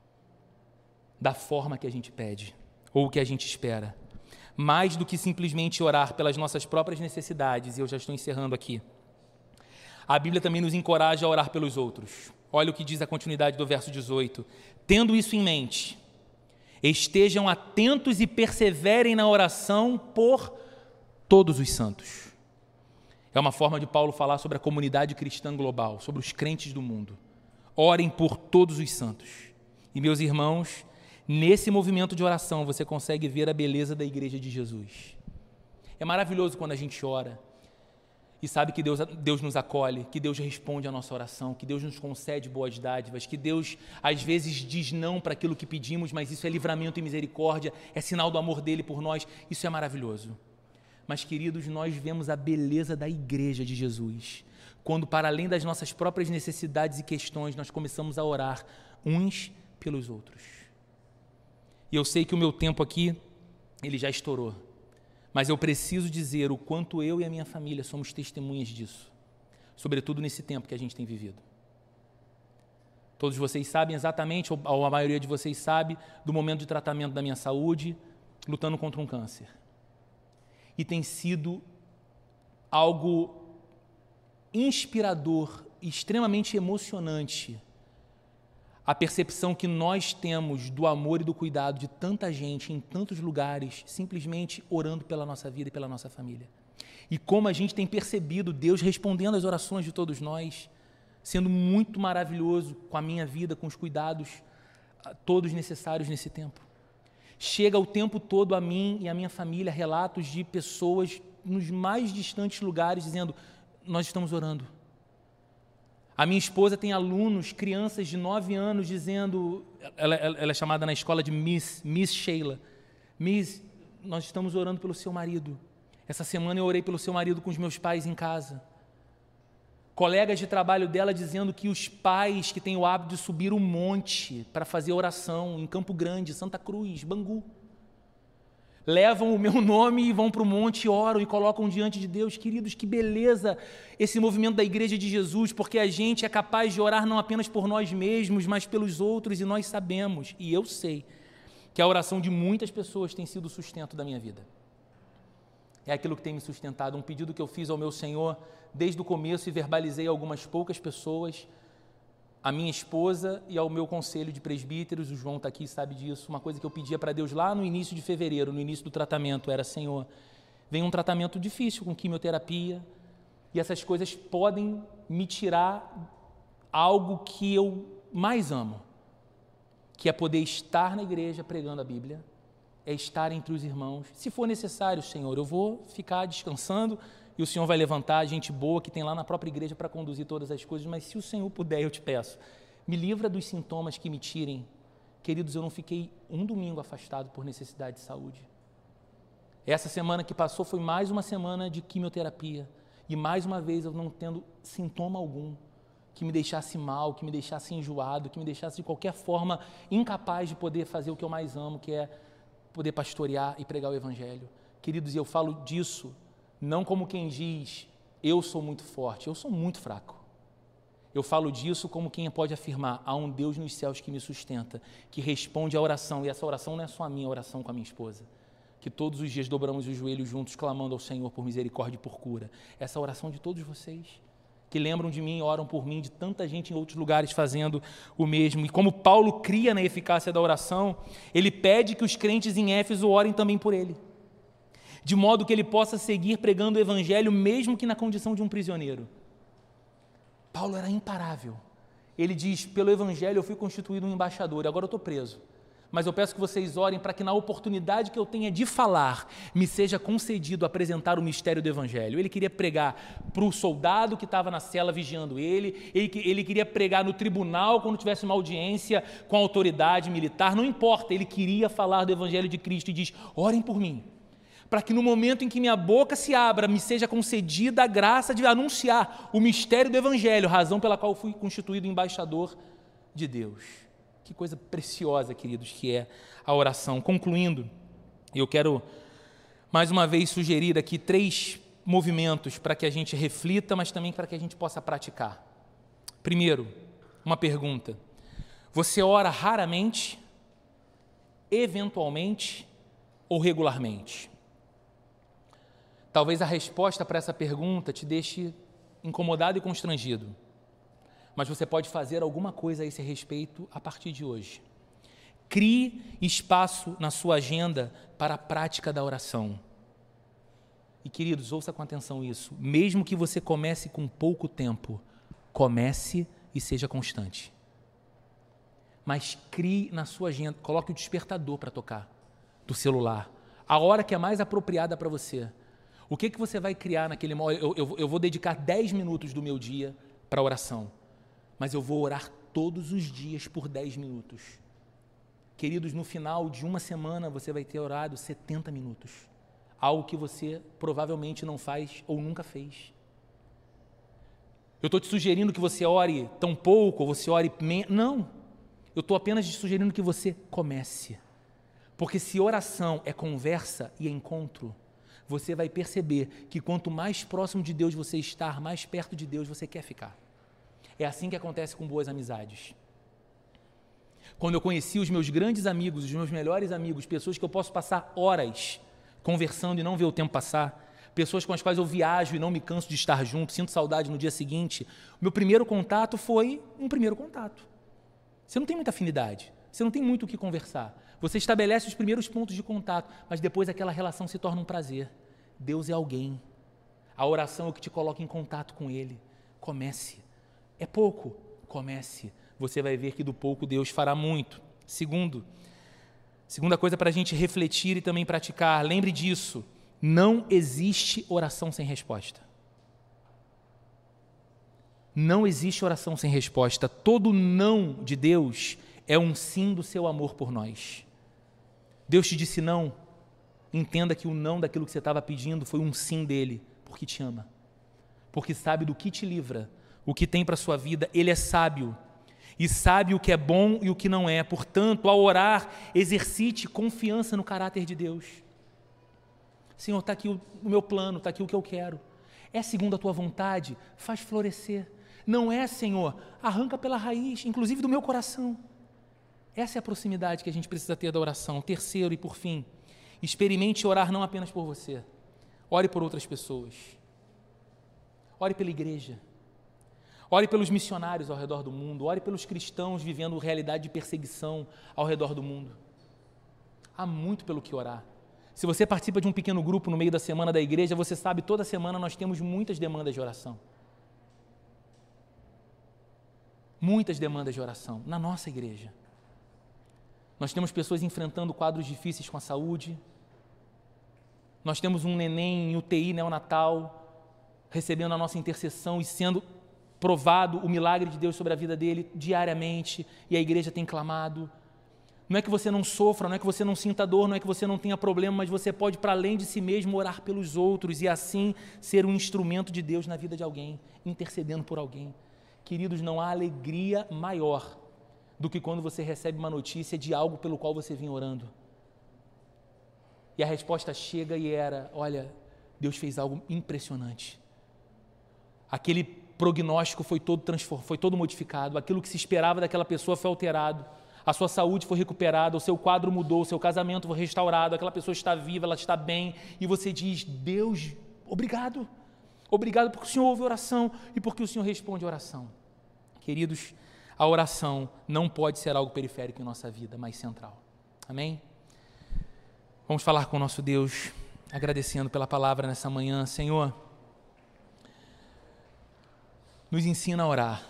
da forma que a gente pede, ou o que a gente espera. Mais do que simplesmente orar pelas nossas próprias necessidades, e eu já estou encerrando aqui, a Bíblia também nos encoraja a orar pelos outros. Olha o que diz a continuidade do verso 18. Tendo isso em mente, estejam atentos e perseverem na oração por todos os santos. É uma forma de Paulo falar sobre a comunidade cristã global, sobre os crentes do mundo. Orem por todos os santos. E, meus irmãos, nesse movimento de oração você consegue ver a beleza da igreja de Jesus. É maravilhoso quando a gente ora e sabe que Deus nos acolhe, que Deus responde à nossa oração, que Deus nos concede boas dádivas, que Deus às vezes diz não para aquilo que pedimos, mas isso é livramento e misericórdia, é sinal do amor dele por nós. Isso é maravilhoso. Mas, queridos, nós vemos a beleza da igreja de Jesus, quando, para além das nossas próprias necessidades e questões, nós começamos a orar uns pelos outros. E eu sei que o meu tempo aqui, ele já estourou, mas eu preciso dizer o quanto eu e a minha família somos testemunhas disso, sobretudo nesse tempo que a gente tem vivido. Todos vocês sabem exatamente, ou a maioria de vocês sabe, do momento de tratamento da minha saúde, lutando contra um câncer. E tem sido algo inspirador e extremamente emocionante a percepção que nós temos do amor e do cuidado de tanta gente em tantos lugares, simplesmente orando pela nossa vida e pela nossa família. E como a gente tem percebido Deus respondendo às orações de todos nós, sendo muito maravilhoso com a minha vida, com os cuidados todos necessários nesse tempo. Chega o tempo todo a mim e a minha família relatos de pessoas nos mais distantes lugares dizendo: nós estamos orando. A minha esposa tem alunos, crianças de 9 anos, dizendo, ela é chamada na escola de Miss Sheila. Miss, nós estamos orando pelo seu marido. Essa semana eu orei pelo seu marido com os meus pais em casa. Colegas de trabalho dela dizendo que os pais que têm o hábito de subir um monte para fazer oração em Campo Grande, Santa Cruz, Bangu, levam o meu nome e vão para o monte e oram e colocam diante de Deus. Queridos, que beleza esse movimento da Igreja de Jesus, porque a gente é capaz de orar não apenas por nós mesmos, mas pelos outros, e nós sabemos, e eu sei, que a oração de muitas pessoas tem sido o sustento da minha vida. É aquilo que tem me sustentado, um pedido que eu fiz ao meu Senhor desde o começo e verbalizei a algumas poucas pessoas, a minha esposa e ao meu conselho de presbíteros, o João está aqui e sabe disso, uma coisa que eu pedia para Deus lá no início de fevereiro, no início do tratamento, era: Senhor, vem um tratamento difícil com quimioterapia e essas coisas podem me tirar algo que eu mais amo, que é poder estar na igreja pregando a Bíblia, é estar entre os irmãos. Se for necessário, Senhor, eu vou ficar descansando e o Senhor vai levantar gente boa que tem lá na própria igreja para conduzir todas as coisas, mas se o Senhor puder, eu te peço, me livra dos sintomas que me tirem. Queridos, eu não fiquei um domingo afastado por necessidade de saúde. Essa semana que passou foi mais uma semana de quimioterapia e mais uma vez eu não tendo sintoma algum que me deixasse mal, que me deixasse enjoado, que me deixasse de qualquer forma incapaz de poder fazer o que eu mais amo, que é poder pastorear e pregar o Evangelho. Queridos, e eu falo disso não como quem diz, eu sou muito forte, eu sou muito fraco. Eu falo disso como quem pode afirmar, há um Deus nos céus que me sustenta, que responde à oração, e essa oração não é só a minha oração com a minha esposa, que todos os dias dobramos os joelhos juntos, clamando ao Senhor por misericórdia e por cura. Essa oração de todos vocês, que lembram de mim, oram por mim, de tanta gente em outros lugares fazendo o mesmo. E como Paulo cria na eficácia da oração, ele pede que os crentes em Éfeso orem também por ele, de modo que ele possa seguir pregando o Evangelho, mesmo que na condição de um prisioneiro. Paulo era imparável. Ele diz, pelo Evangelho eu fui constituído um embaixador, agora eu estou preso. Mas eu peço que vocês orem para que na oportunidade que eu tenha de falar, me seja concedido apresentar o mistério do Evangelho. Ele queria pregar para o soldado que estava na cela vigiando ele queria pregar no tribunal quando tivesse uma audiência com a autoridade militar, não importa, ele queria falar do Evangelho de Cristo e diz, orem por mim, para que no momento em que minha boca se abra, me seja concedida a graça de anunciar o mistério do Evangelho, razão pela qual fui constituído embaixador de Deus. Que coisa preciosa, queridos, que é a oração. Concluindo, eu quero mais uma vez sugerir aqui 3 movimentos para que a gente reflita, mas também para que a gente possa praticar. Primeiro, uma pergunta: você ora raramente, eventualmente ou regularmente? Talvez a resposta para essa pergunta te deixe incomodado e constrangido, mas você pode fazer alguma coisa a esse respeito a partir de hoje. Crie espaço na sua agenda para a prática da oração. E, queridos, ouça com atenção isso. Mesmo que você comece com pouco tempo, comece e seja constante. Mas crie na sua agenda, coloque o despertador para tocar do celular, a hora que é mais apropriada para você. O que você vai criar naquele momento? Eu vou dedicar 10 minutos do meu dia para oração, mas eu vou orar todos os dias por 10 minutos. Queridos, no final de uma semana você vai ter orado 70 minutos, algo que você provavelmente não faz ou nunca fez. Eu estou te sugerindo que você ore tão pouco, ou você ore menos. Não, eu estou apenas te sugerindo que você comece, porque se oração é conversa e encontro, você vai perceber que quanto mais próximo de Deus você estar, mais perto de Deus você quer ficar. É assim que acontece com boas amizades. Quando eu conheci os meus grandes amigos, os meus melhores amigos, pessoas que eu posso passar horas conversando e não ver o tempo passar, pessoas com as quais eu viajo e não me canso de estar junto, sinto saudade no dia seguinte, o meu primeiro contato foi um primeiro contato. Você não tem muita afinidade, você não tem muito o que conversar. Você estabelece os primeiros pontos de contato, mas depois aquela relação se torna um prazer. Deus é alguém. A oração é o que te coloca em contato com Ele. Comece. É pouco, comece. Você vai ver que do pouco Deus fará muito. Segunda coisa para a gente refletir e também praticar, lembre disso, não existe oração sem resposta. Não existe oração sem resposta. Todo não de Deus é um sim do seu amor por nós. Deus te disse não, entenda que o não daquilo que você estava pedindo foi um sim dele, porque te ama, porque sabe do que te livra, o que tem para a sua vida. Ele é sábio e sabe o que é bom e o que não é. Portanto, ao orar, exercite confiança no caráter de Deus. Senhor, está aqui o meu plano, está aqui o que eu quero. É segundo a tua vontade? Faz florescer. Não é, Senhor, arranca pela raiz, inclusive do meu coração. Essa é a proximidade que a gente precisa ter da oração. Terceiro e por fim, experimente orar não apenas por você. Ore por outras pessoas. Ore pela igreja. Ore pelos missionários ao redor do mundo. Ore pelos cristãos vivendo realidade de perseguição ao redor do mundo. Há muito pelo que orar. Se você participa de um pequeno grupo no meio da semana da igreja, você sabe, toda semana nós temos muitas demandas de oração. Muitas demandas de oração na nossa igreja. Nós temos pessoas enfrentando quadros difíceis com a saúde. Nós temos um neném em UTI neonatal, recebendo a nossa intercessão e sendo provado o milagre de Deus sobre a vida dele diariamente, e a igreja tem clamado. Não é que você não sofra, não é que você não sinta dor, não é que você não tenha problema, mas você pode, para além de si mesmo, orar pelos outros e assim ser um instrumento de Deus na vida de alguém, intercedendo por alguém. Queridos, não há alegria maior do que quando você recebe uma notícia de algo pelo qual você vinha orando. E a resposta chega e era: olha, Deus fez algo impressionante. Aquele prognóstico foi todo modificado, aquilo que se esperava daquela pessoa foi alterado, a sua saúde foi recuperada, o seu quadro mudou, o seu casamento foi restaurado, aquela pessoa está viva, ela está bem, e você diz: Deus, obrigado. Obrigado porque o Senhor ouve oração e porque o Senhor responde a oração. Queridos, a oração não pode ser algo periférico em nossa vida, mas central. Amém? Vamos falar com o nosso Deus, agradecendo pela palavra nessa manhã. Senhor, nos ensina a orar,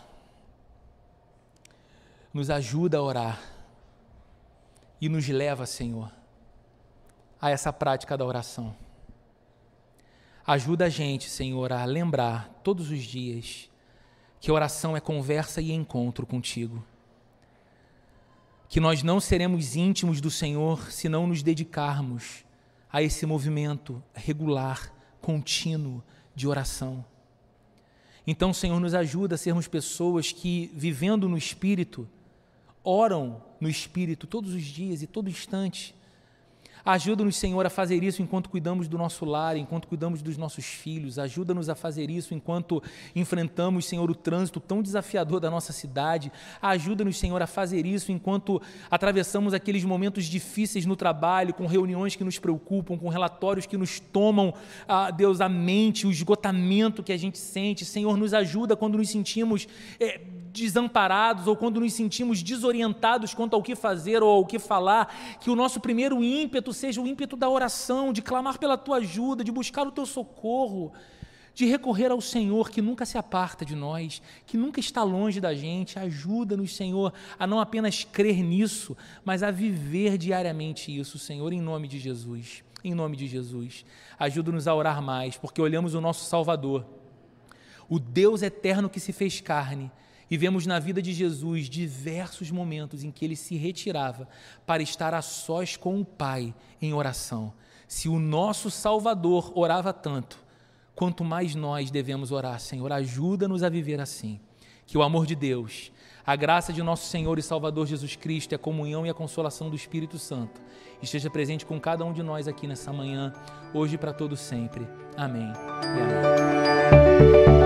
nos ajuda a orar e nos leva, Senhor, a essa prática da oração. Ajuda a gente, Senhor, a lembrar todos os dias que oração é conversa e encontro contigo. Que nós não seremos íntimos do Senhor se não nos dedicarmos a esse movimento regular, contínuo de oração. Então, Senhor, nos ajuda a sermos pessoas que, vivendo no Espírito, oram no Espírito todos os dias e todo instante. Ajuda-nos, Senhor, a fazer isso enquanto cuidamos do nosso lar, enquanto cuidamos dos nossos filhos. Ajuda-nos a fazer isso enquanto enfrentamos, Senhor, o trânsito tão desafiador da nossa cidade. Ajuda-nos, Senhor, a fazer isso enquanto atravessamos aqueles momentos difíceis no trabalho, com reuniões que nos preocupam, com relatórios que nos tomam, Deus, a mente, o esgotamento que a gente sente. Senhor, nos ajuda quando nos sentimos desamparados ou quando nos sentimos desorientados quanto ao que fazer ou ao que falar, que o nosso primeiro ímpeto seja o ímpeto da oração, de clamar pela tua ajuda, de buscar o teu socorro, de recorrer ao Senhor que nunca se aparta de nós, que nunca está longe da gente. Ajuda-nos, Senhor, a não apenas crer nisso, mas a viver diariamente isso, Senhor, em nome de Jesus. Em nome de Jesus. Ajuda-nos a orar mais, porque olhamos o nosso Salvador, o Deus eterno que se fez carne, e vemos na vida de Jesus diversos momentos em que ele se retirava para estar a sós com o Pai em oração. Se o nosso Salvador orava tanto, quanto mais nós devemos orar. Senhor, ajuda-nos a viver assim. Que o amor de Deus, a graça de nosso Senhor e Salvador Jesus Cristo, a comunhão e a consolação do Espírito Santo esteja presente com cada um de nós aqui nessa manhã, hoje e para todo sempre. Amém e amém.